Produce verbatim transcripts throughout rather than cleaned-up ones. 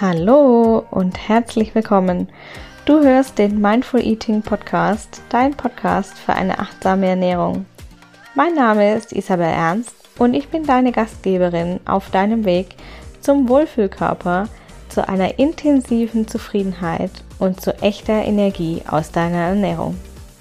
Hallo und herzlich willkommen. Du hörst den Mindful Eating Podcast, dein Podcast für eine achtsame Ernährung. Mein Name ist Isabel Ernst und ich bin deine Gastgeberin auf deinem Weg zum Wohlfühlkörper, zu einer intensiven Zufriedenheit und zu echter Energie aus deiner Ernährung.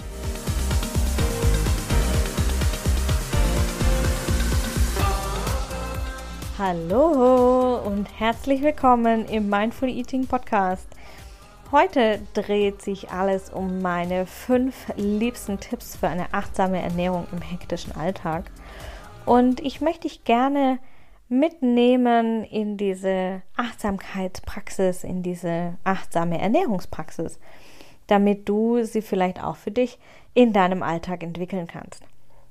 Hallo und herzlich willkommen im Mindful Eating Podcast. Heute dreht sich alles um meine fünf liebsten Tipps für eine achtsame Ernährung im hektischen Alltag. Und ich möchte dich gerne mitnehmen in diese Achtsamkeitspraxis, in diese achtsame Ernährungspraxis, damit du sie vielleicht auch für dich in deinem Alltag entwickeln kannst.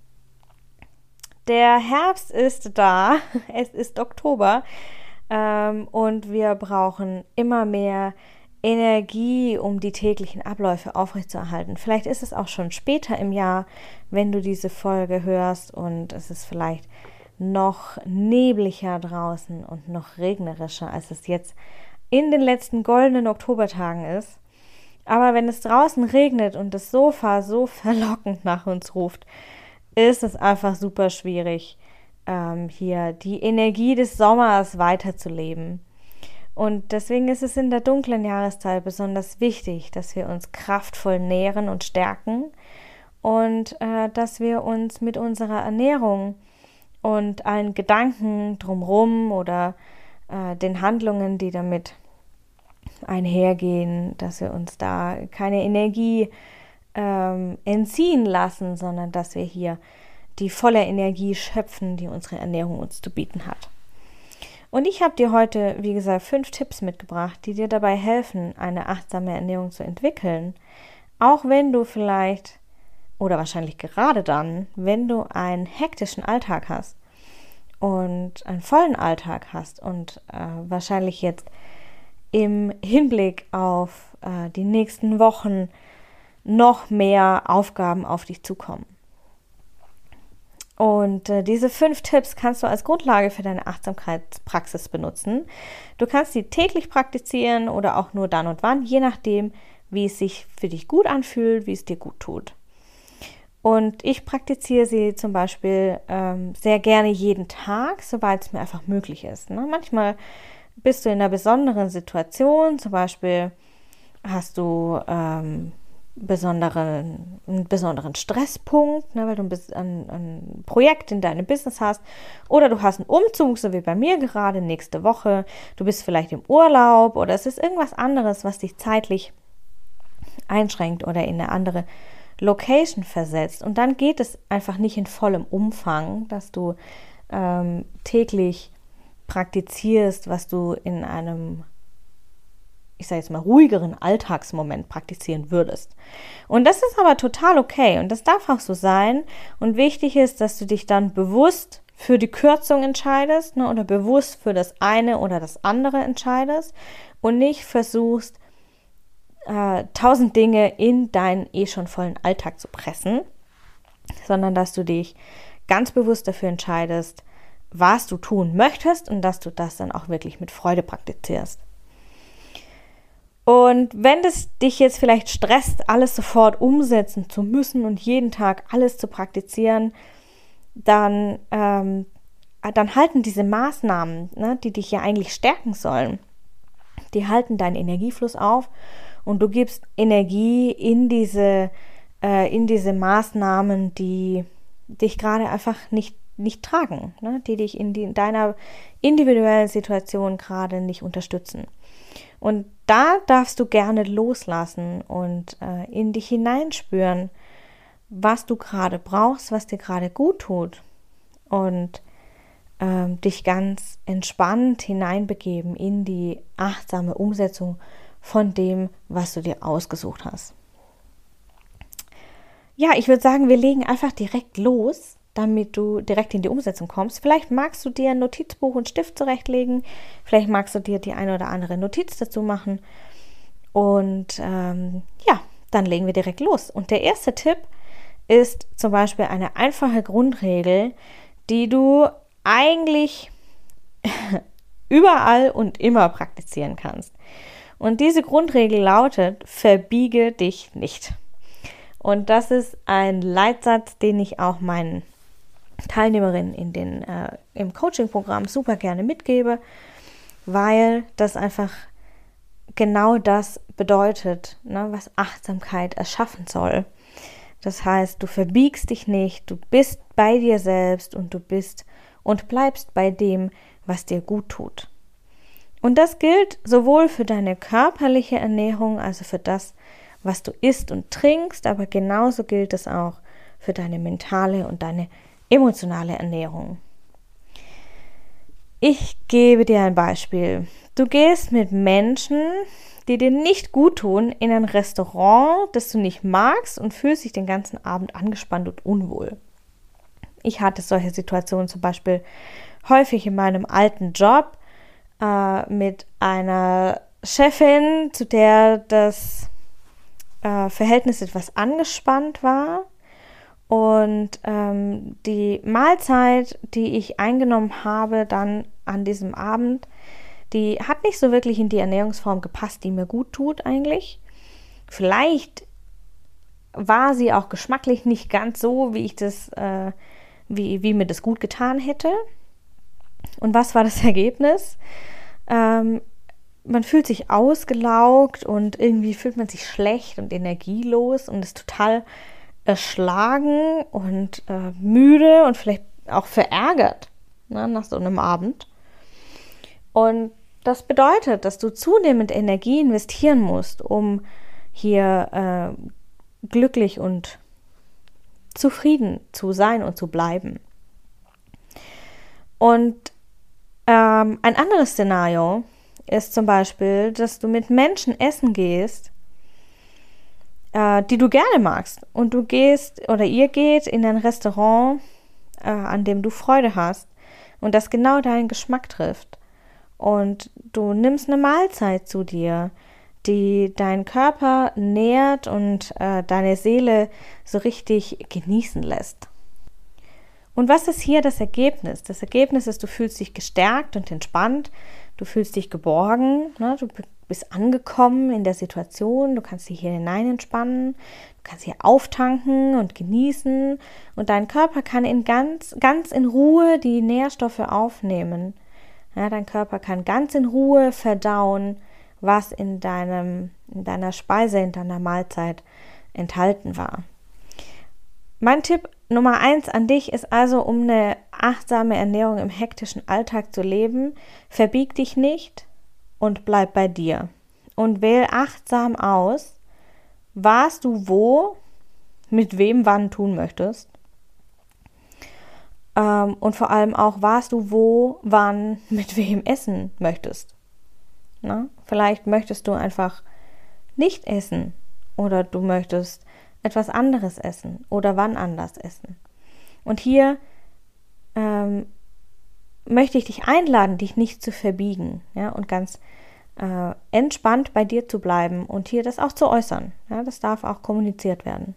Der Herbst ist da, es ist Oktober ähm, und wir brauchen immer mehr Energie, um die täglichen Abläufe aufrechtzuerhalten. Vielleicht ist es auch schon später im Jahr, wenn du diese Folge hörst und es ist vielleicht noch nebliger draußen und noch regnerischer, als es jetzt in den letzten goldenen Oktobertagen ist. Aber wenn es draußen regnet und das Sofa so verlockend nach uns ruft, ist es einfach super schwierig, ähm, hier die Energie des Sommers weiterzuleben. Und deswegen ist es in der dunklen Jahreszeit besonders wichtig, dass wir uns kraftvoll nähren und stärken und äh, dass wir uns mit unserer Ernährung und allen Gedanken drumherum oder äh, den Handlungen, die damit einhergehen, dass wir uns da keine Energie Ähm, entziehen lassen, sondern dass wir hier die volle Energie schöpfen, die unsere Ernährung uns zu bieten hat. Und ich habe dir heute, wie gesagt, fünf Tipps mitgebracht, die dir dabei helfen, eine achtsame Ernährung zu entwickeln, auch wenn du vielleicht oder wahrscheinlich gerade dann, wenn du einen hektischen Alltag hast und einen vollen Alltag hast und äh, wahrscheinlich jetzt im Hinblick auf äh, die nächsten Wochen noch mehr Aufgaben auf dich zukommen. Und äh, diese fünf Tipps kannst du als Grundlage für deine Achtsamkeitspraxis benutzen. Du kannst sie täglich praktizieren oder auch nur dann und wann, je nachdem, wie es sich für dich gut anfühlt, wie es dir gut tut. Und ich praktiziere sie zum Beispiel ähm, sehr gerne jeden Tag, soweit es mir einfach möglich ist. Ne? Manchmal bist du in einer besonderen Situation, zum Beispiel hast du ähm, besonderen, einen besonderen Stresspunkt, ne, weil du ein, ein Projekt in deinem Business hast oder du hast einen Umzug, so wie bei mir gerade nächste Woche, du bist vielleicht im Urlaub oder es ist irgendwas anderes, was dich zeitlich einschränkt oder in eine andere Location versetzt und dann geht es einfach nicht in vollem Umfang, dass du ähm, täglich praktizierst, was du in einem ich sage jetzt mal, ruhigeren Alltagsmoment praktizieren würdest. Und das ist aber total okay und das darf auch so sein. Und wichtig ist, dass du dich dann bewusst für die Kürzung entscheidest, ne, oder bewusst für das eine oder das andere entscheidest und nicht versuchst, äh, tausend Dinge in deinen eh schon vollen Alltag zu pressen, sondern dass du dich ganz bewusst dafür entscheidest, was du tun möchtest und dass du das dann auch wirklich mit Freude praktizierst. Und wenn es dich jetzt vielleicht stresst, alles sofort umsetzen zu müssen und jeden Tag alles zu praktizieren, dann, ähm, dann halten diese Maßnahmen, ne, die dich ja eigentlich stärken sollen, die halten deinen Energiefluss auf und du gibst Energie in diese, äh, in diese Maßnahmen, die dich gerade einfach nicht, nicht tragen, ne, die dich in, die, in deiner individuellen Situation gerade nicht unterstützen. Und da darfst du gerne loslassen und äh, in dich hineinspüren, was du gerade brauchst, was dir gerade gut tut und ähm, dich ganz entspannt hineinbegeben in die achtsame Umsetzung von dem, was du dir ausgesucht hast. Ja, ich würde sagen, wir legen einfach direkt los, damit du direkt in die Umsetzung kommst. Vielleicht magst du dir ein Notizbuch und Stift zurechtlegen, vielleicht magst du dir die eine oder andere Notiz dazu machen und ähm, ja, dann legen wir direkt los. Und der erste Tipp ist zum Beispiel eine einfache Grundregel, die du eigentlich überall und immer praktizieren kannst. Und diese Grundregel lautet: verbiege dich nicht. Und das ist ein Leitsatz, den ich auch meinen Teilnehmerinnen in den, äh, im Coaching-Programm super gerne mitgebe, weil das einfach genau das bedeutet, ne, was Achtsamkeit erschaffen soll. Das heißt, du verbiegst dich nicht, du bist bei dir selbst und du bist und bleibst bei dem, was dir gut tut. Und das gilt sowohl für deine körperliche Ernährung, also für das, was du isst und trinkst, aber genauso gilt es auch für deine mentale und deine emotionale Ernährung. Ich gebe dir ein Beispiel. Du gehst mit Menschen, die dir nicht gut tun, in ein Restaurant, das du nicht magst und fühlst dich den ganzen Abend angespannt und unwohl. Ich hatte solche Situationen zum Beispiel häufig in meinem alten Job äh, mit einer Chefin, zu der das äh, Verhältnis etwas angespannt war. Und ähm, die Mahlzeit, die ich eingenommen habe dann an diesem Abend, die hat nicht so wirklich in die Ernährungsform gepasst, die mir gut tut eigentlich. Vielleicht war sie auch geschmacklich nicht ganz so, wie ich das, äh, wie, wie mir das gut getan hätte. Und was war das Ergebnis? Ähm, man fühlt sich ausgelaugt und irgendwie fühlt man sich schlecht und energielos und ist total erschlagen und äh, müde und vielleicht auch verärgert, ne, nach so einem Abend. Und das bedeutet, dass du zunehmend Energie investieren musst, um hier äh, glücklich und zufrieden zu sein und zu bleiben. Und ähm, ein anderes Szenario ist zum Beispiel, dass du mit Menschen essen gehst, äh, die du gerne magst. Und du gehst oder ihr geht in ein Restaurant, äh, an dem du Freude hast und das genau deinen Geschmack trifft. Und du nimmst eine Mahlzeit zu dir, die deinen Körper nährt und äh, deine Seele so richtig genießen lässt. Und was ist hier das Ergebnis? Das Ergebnis ist, du fühlst dich gestärkt und entspannt, du fühlst dich geborgen, ne? Du bist angekommen in der Situation, du kannst dich hier hinein entspannen, du kannst hier auftanken und genießen und dein Körper kann in ganz, ganz in Ruhe die Nährstoffe aufnehmen. Ja, dein Körper kann ganz in Ruhe verdauen, was in, deinem, in deiner Speise, in deiner Mahlzeit enthalten war. Mein Tipp Nummer eins an dich ist also, um eine achtsame Ernährung im hektischen Alltag zu leben, verbieg dich nicht und bleib bei dir. Und wähl achtsam aus, was du wo, mit wem, wann tun möchtest. Ähm, und vor allem auch, was du wo, wann, mit wem essen möchtest. Na? Vielleicht möchtest du einfach nicht essen oder du möchtest etwas anderes essen oder wann anders essen. Und hier ähm, möchte ich dich einladen, dich nicht zu verbiegen, ja, und ganz äh, entspannt bei dir zu bleiben und hier das auch zu äußern. Ja, das darf auch kommuniziert werden.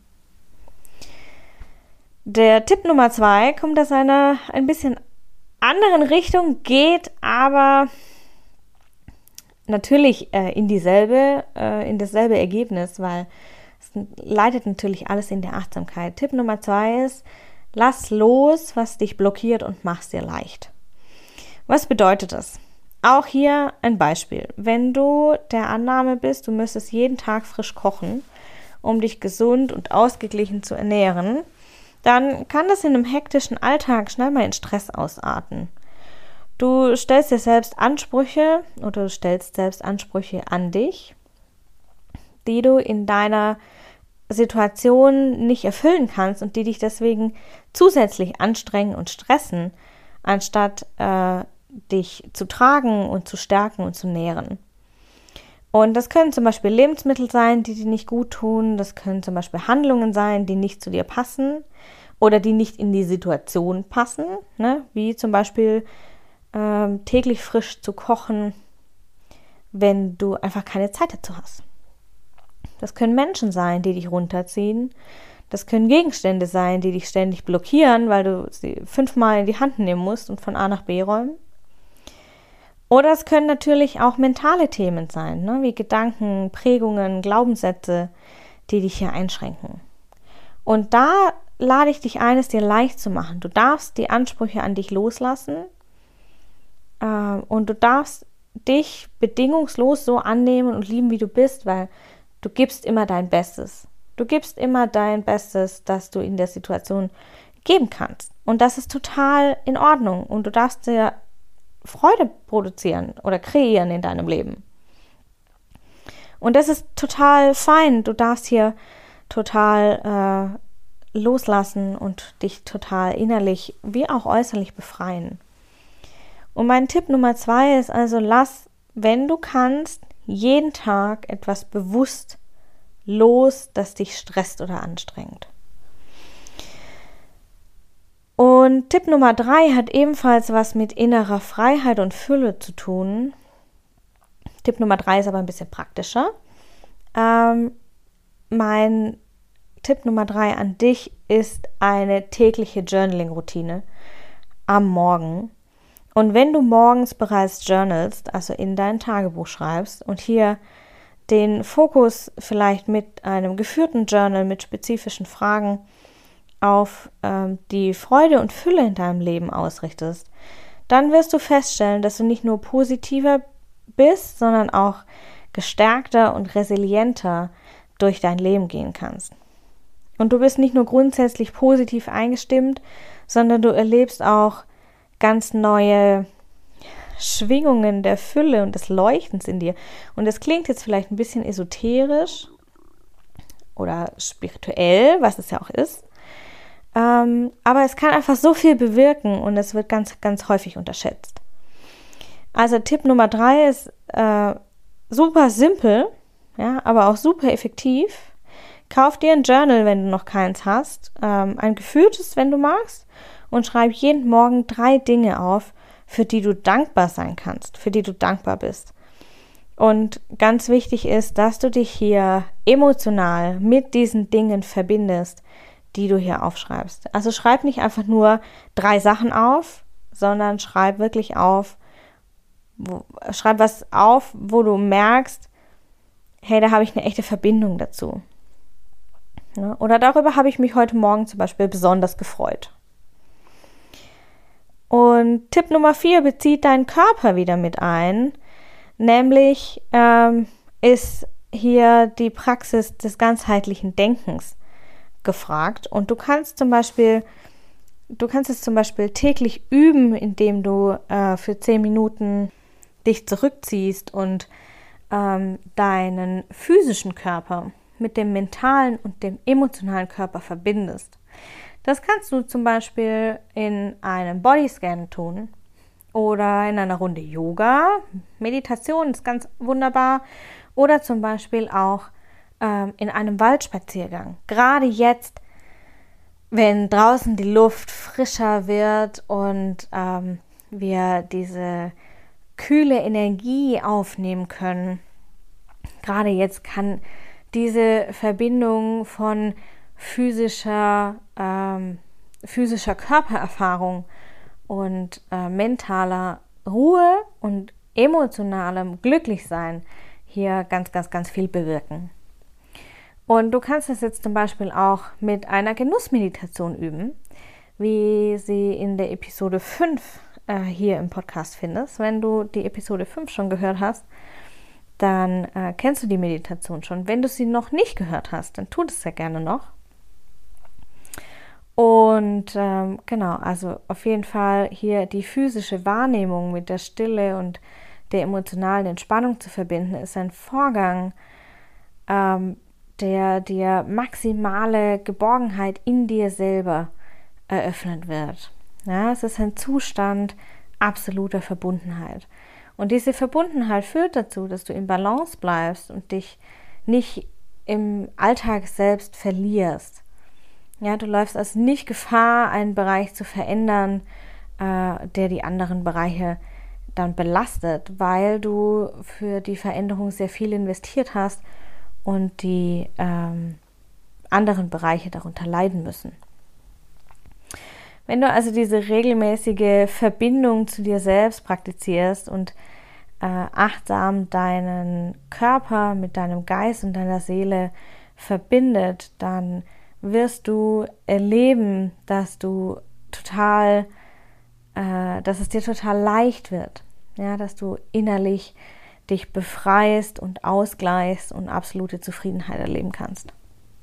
Der Tipp Nummer zwei kommt aus einer ein bisschen anderen Richtung, geht aber natürlich äh, in dieselbe, äh, in dasselbe Ergebnis, weil es leitet natürlich alles in der Achtsamkeit. Tipp Nummer zwei ist, lass los, was dich blockiert und mach's dir leicht. Was bedeutet das? Auch hier ein Beispiel. Wenn du der Annahme bist, du müsstest jeden Tag frisch kochen, um dich gesund und ausgeglichen zu ernähren, dann kann das in einem hektischen Alltag schnell mal in Stress ausarten. Du stellst dir selbst Ansprüche oder du stellst selbst Ansprüche an dich, die du in deiner Situation nicht erfüllen kannst und die dich deswegen zusätzlich anstrengen und stressen, anstatt äh, dich zu tragen und zu stärken und zu nähren. Und das können zum Beispiel Lebensmittel sein, die dir nicht gut tun. Das können zum Beispiel Handlungen sein, die nicht zu dir passen oder die nicht in die Situation passen, ne? Wie zum Beispiel ähm, täglich frisch zu kochen, wenn du einfach keine Zeit dazu hast. Das können Menschen sein, die dich runterziehen. Das können Gegenstände sein, die dich ständig blockieren, weil du sie fünfmal in die Hand nehmen musst und von A nach B räumen. Oder es können natürlich auch mentale Themen sein, ne? Wie Gedanken, Prägungen, Glaubenssätze, die dich hier einschränken. Und da lade ich dich ein, es dir leicht zu machen. Du darfst die Ansprüche an dich loslassen äh, und du darfst dich bedingungslos so annehmen und lieben, wie du bist, weil du gibst immer dein Bestes. Du gibst immer dein Bestes, das du in der Situation geben kannst. Und das ist total in Ordnung. Und du darfst dir Freude produzieren oder kreieren in deinem Leben. Und das ist total fein. Du darfst hier total äh, loslassen und dich total innerlich wie auch äußerlich befreien. Und mein Tipp Nummer zwei ist also, lass, wenn du kannst, jeden Tag etwas bewusst los, das dich stresst oder anstrengt. Und Tipp Nummer drei hat ebenfalls was mit innerer Freiheit und Fülle zu tun. Tipp Nummer drei ist aber ein bisschen praktischer. Ähm, mein Tipp Nummer drei an dich ist eine tägliche Journaling-Routine am Morgen. Und wenn du morgens bereits journalst, also in dein Tagebuch schreibst und hier den Fokus vielleicht mit einem geführten Journal mit spezifischen Fragen auf ähm, die Freude und Fülle in deinem Leben ausrichtest, dann wirst du feststellen, dass du nicht nur positiver bist, sondern auch gestärkter und resilienter durch dein Leben gehen kannst. Und du bist nicht nur grundsätzlich positiv eingestimmt, sondern du erlebst auch ganz neue Schwingungen der Fülle und des Leuchtens in dir. Und das klingt jetzt vielleicht ein bisschen esoterisch oder spirituell, was es ja auch ist. Ähm, aber es kann einfach so viel bewirken und es wird ganz, ganz häufig unterschätzt. Also Tipp Nummer drei ist äh, super simpel, ja, aber auch super effektiv. Kauf dir ein Journal, wenn du noch keins hast, ähm, ein geführtes, wenn du magst, und schreib jeden Morgen drei Dinge auf, für die du dankbar sein kannst, für die du dankbar bist. Und ganz wichtig ist, dass du dich hier emotional mit diesen Dingen verbindest, die du hier aufschreibst. Also schreib nicht einfach nur drei Sachen auf, sondern schreib wirklich auf, wo, schreib was auf, wo du merkst, hey, da habe ich eine echte Verbindung dazu. Ja, oder darüber habe ich mich heute Morgen zum Beispiel besonders gefreut. Und Tipp Nummer vier bezieht deinen Körper wieder mit ein, nämlich ähm, ist hier die Praxis des ganzheitlichen Denkens gefragt. Und du kannst zum Beispiel, du kannst es zum Beispiel täglich üben, indem du äh, für zehn Minuten dich zurückziehst und ähm, deinen physischen Körper mit dem mentalen und dem emotionalen Körper verbindest. Das kannst du zum Beispiel in einem Bodyscan tun oder in einer Runde Yoga. Meditation ist ganz wunderbar. Oder zum Beispiel auch ähm, in einem Waldspaziergang. Gerade jetzt, wenn draußen die Luft frischer wird und ähm, wir diese kühle Energie aufnehmen können. Gerade jetzt kann diese Verbindung von physischer, ähm, physischer Körpererfahrung und äh, mentaler Ruhe und emotionalem Glücklichsein hier ganz, ganz, ganz viel bewirken. Und du kannst das jetzt zum Beispiel auch mit einer Genussmeditation üben, wie sie in der Episode fünf äh, hier im Podcast findest. Wenn du die Episode fünf schon gehört hast, dann äh, kennst du die Meditation schon. Wenn du sie noch nicht gehört hast, dann tu das sehr gerne noch. Und ähm, genau, also auf jeden Fall hier die physische Wahrnehmung mit der Stille und der emotionalen Entspannung zu verbinden, ist ein Vorgang, ähm, der dir maximale Geborgenheit in dir selber eröffnen wird. Ja, es ist ein Zustand absoluter Verbundenheit. Und diese Verbundenheit führt dazu, dass du in Balance bleibst und dich nicht im Alltag selbst verlierst. Ja, du läufst also nicht Gefahr, einen Bereich zu verändern, äh, der die anderen Bereiche dann belastet, weil du für die Veränderung sehr viel investiert hast und die ähm, anderen Bereiche darunter leiden müssen. Wenn du also diese regelmäßige Verbindung zu dir selbst praktizierst und äh, achtsam deinen Körper mit deinem Geist und deiner Seele verbindet, dann wirst du erleben, dass du total, äh, dass es dir total leicht wird, ja, dass du innerlich dich befreist und ausgleichst und absolute Zufriedenheit erleben kannst.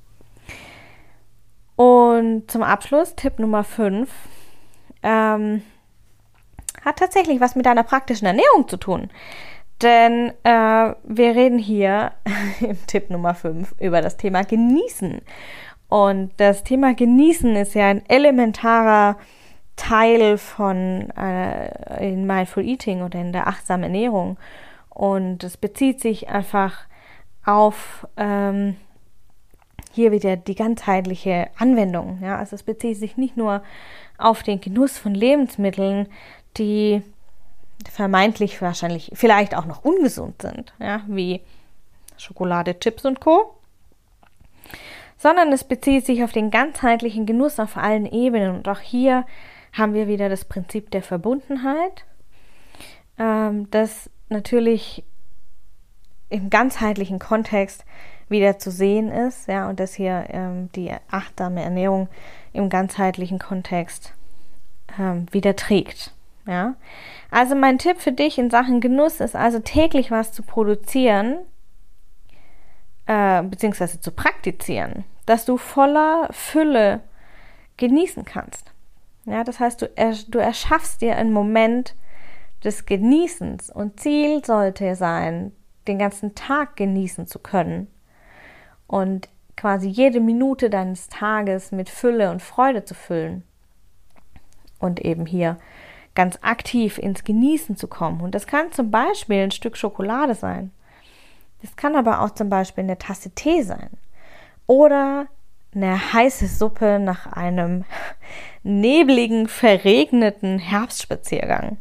Und zum Abschluss, Tipp Nummer fünf, ähm, hat tatsächlich was mit deiner praktischen Ernährung zu tun. Denn äh, wir reden hier im Tipp Nummer fünf über das Thema Genießen. Und das Thema Genießen ist ja ein elementarer Teil von äh, in Mindful Eating oder in der achtsamen Ernährung. Und es bezieht sich einfach auf ähm, hier wieder die ganzheitliche Anwendung. Ja? Also es bezieht sich nicht nur auf den Genuss von Lebensmitteln, die vermeintlich wahrscheinlich vielleicht auch noch ungesund sind, ja? Wie Schokolade, Chips und Co., sondern es bezieht sich auf den ganzheitlichen Genuss auf allen Ebenen. Und auch hier haben wir wieder das Prinzip der Verbundenheit, ähm, das natürlich im ganzheitlichen Kontext wieder zu sehen ist, ja, und dass hier ähm, die achtsame Ernährung im ganzheitlichen Kontext ähm, wieder trägt. Ja. Also mein Tipp für dich in Sachen Genuss ist also täglich was zu produzieren, äh, beziehungsweise zu praktizieren, dass du voller Fülle genießen kannst. Ja, das heißt, du, er, du erschaffst dir einen Moment des Genießens und Ziel sollte sein, den ganzen Tag genießen zu können und quasi jede Minute deines Tages mit Fülle und Freude zu füllen und eben hier ganz aktiv ins Genießen zu kommen. Und das kann zum Beispiel ein Stück Schokolade sein. Das kann aber auch zum Beispiel eine Tasse Tee sein oder eine heiße Suppe nach einem nebligen, verregneten Herbstspaziergang.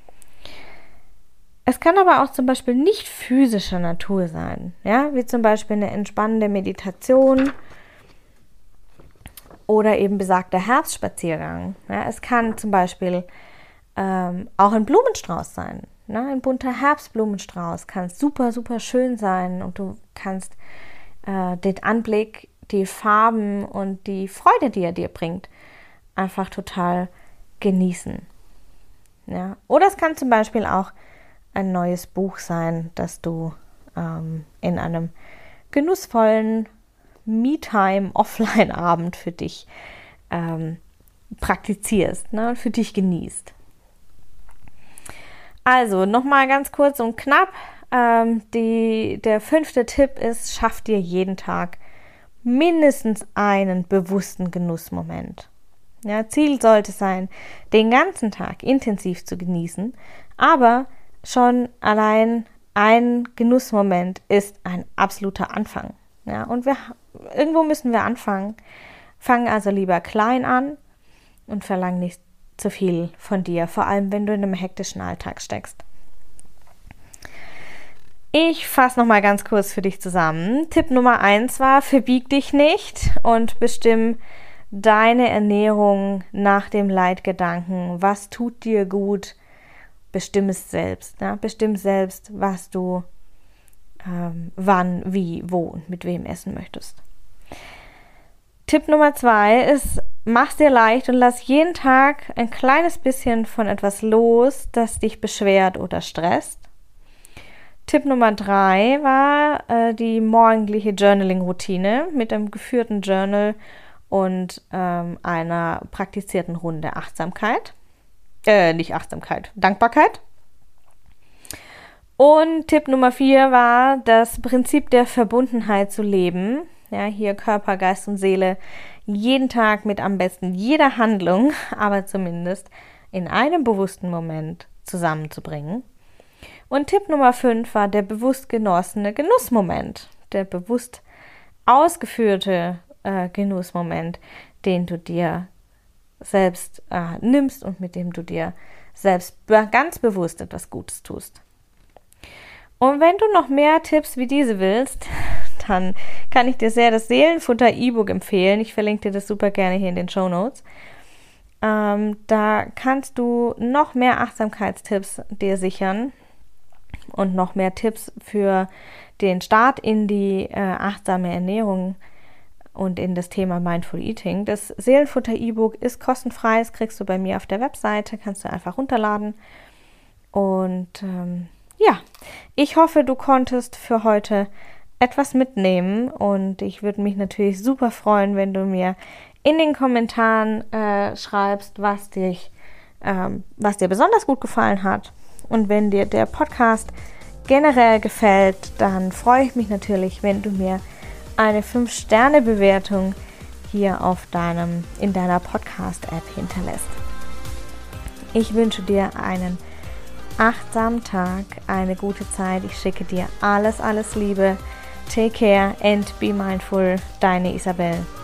Es kann aber auch zum Beispiel nicht physischer Natur sein, ja, wie zum Beispiel eine entspannende Meditation oder eben besagter Herbstspaziergang. Ja, es kann zum Beispiel ähm, auch ein Blumenstrauß sein. Ne? Ein bunter Herbstblumenstrauß kann super, super schön sein und du kannst äh, den Anblick, die Farben und die Freude, die er dir bringt, einfach total genießen. Ja? Oder es kann zum Beispiel auch ein neues Buch sein, das du ähm, in einem genussvollen Me-Time-Offline-Abend für dich ähm, praktizierst, ne, und für dich genießt. Also nochmal ganz kurz und knapp, ähm, die, der fünfte Tipp ist, schaff dir jeden Tag mindestens einen bewussten Genussmoment. Ja, Ziel sollte sein, den ganzen Tag intensiv zu genießen, aber schon allein ein Genussmoment ist ein absoluter Anfang. Ja, und wir, irgendwo müssen wir anfangen. Fang also lieber klein an und verlang nicht zu viel von dir, vor allem wenn du in einem hektischen Alltag steckst. Ich fasse nochmal ganz kurz für dich zusammen. Tipp Nummer eins war, verbieg dich nicht und bestimm deine Ernährung nach dem Leitgedanken. Was tut dir gut? Bestimm es selbst. Ja? Bestimm selbst, was du ähm, wann, wie, wo und mit wem essen möchtest. Tipp Nummer zwei ist, mach's dir leicht und lass jeden Tag ein kleines bisschen von etwas los, das dich beschwert oder stresst. Tipp Nummer drei war äh, die morgendliche Journaling-Routine mit einem geführten Journal und ähm, einer praktizierten Runde Achtsamkeit. Äh, nicht Achtsamkeit, Dankbarkeit. Und Tipp Nummer vier war, das Prinzip der Verbundenheit zu leben. Ja, hier Körper, Geist und Seele jeden Tag mit am besten jeder Handlung, aber zumindest in einem bewussten Moment zusammenzubringen. Und Tipp Nummer fünf war der bewusst genossene Genussmoment, der bewusst ausgeführte äh, Genussmoment, den du dir selbst äh, nimmst und mit dem du dir selbst be- ganz bewusst etwas Gutes tust. Und wenn du noch mehr Tipps wie diese willst, dann kann ich dir sehr das Seelenfutter E-Book empfehlen. Ich verlinke dir das super gerne hier in den Shownotes. Ähm, da kannst du noch mehr Achtsamkeitstipps dir sichern und noch mehr Tipps für den Start in die äh, achtsame Ernährung und in das Thema Mindful Eating. Das Seelenfutter-E-Book ist kostenfrei, das kriegst du bei mir auf der Webseite, kannst du einfach runterladen. Und ähm, ja, ich hoffe, du konntest für heute etwas mitnehmen und ich würde mich natürlich super freuen, wenn du mir in den Kommentaren äh, schreibst, was dich, ähm, was dir besonders gut gefallen hat. Und wenn dir der Podcast generell gefällt, dann freue ich mich natürlich, wenn du mir eine fünf Sterne Bewertung hier auf deinem, in deiner Podcast-App hinterlässt. Ich wünsche dir einen achtsamen Tag, eine gute Zeit. Ich schicke dir alles, alles Liebe. Take care and be mindful. Deine Isabel.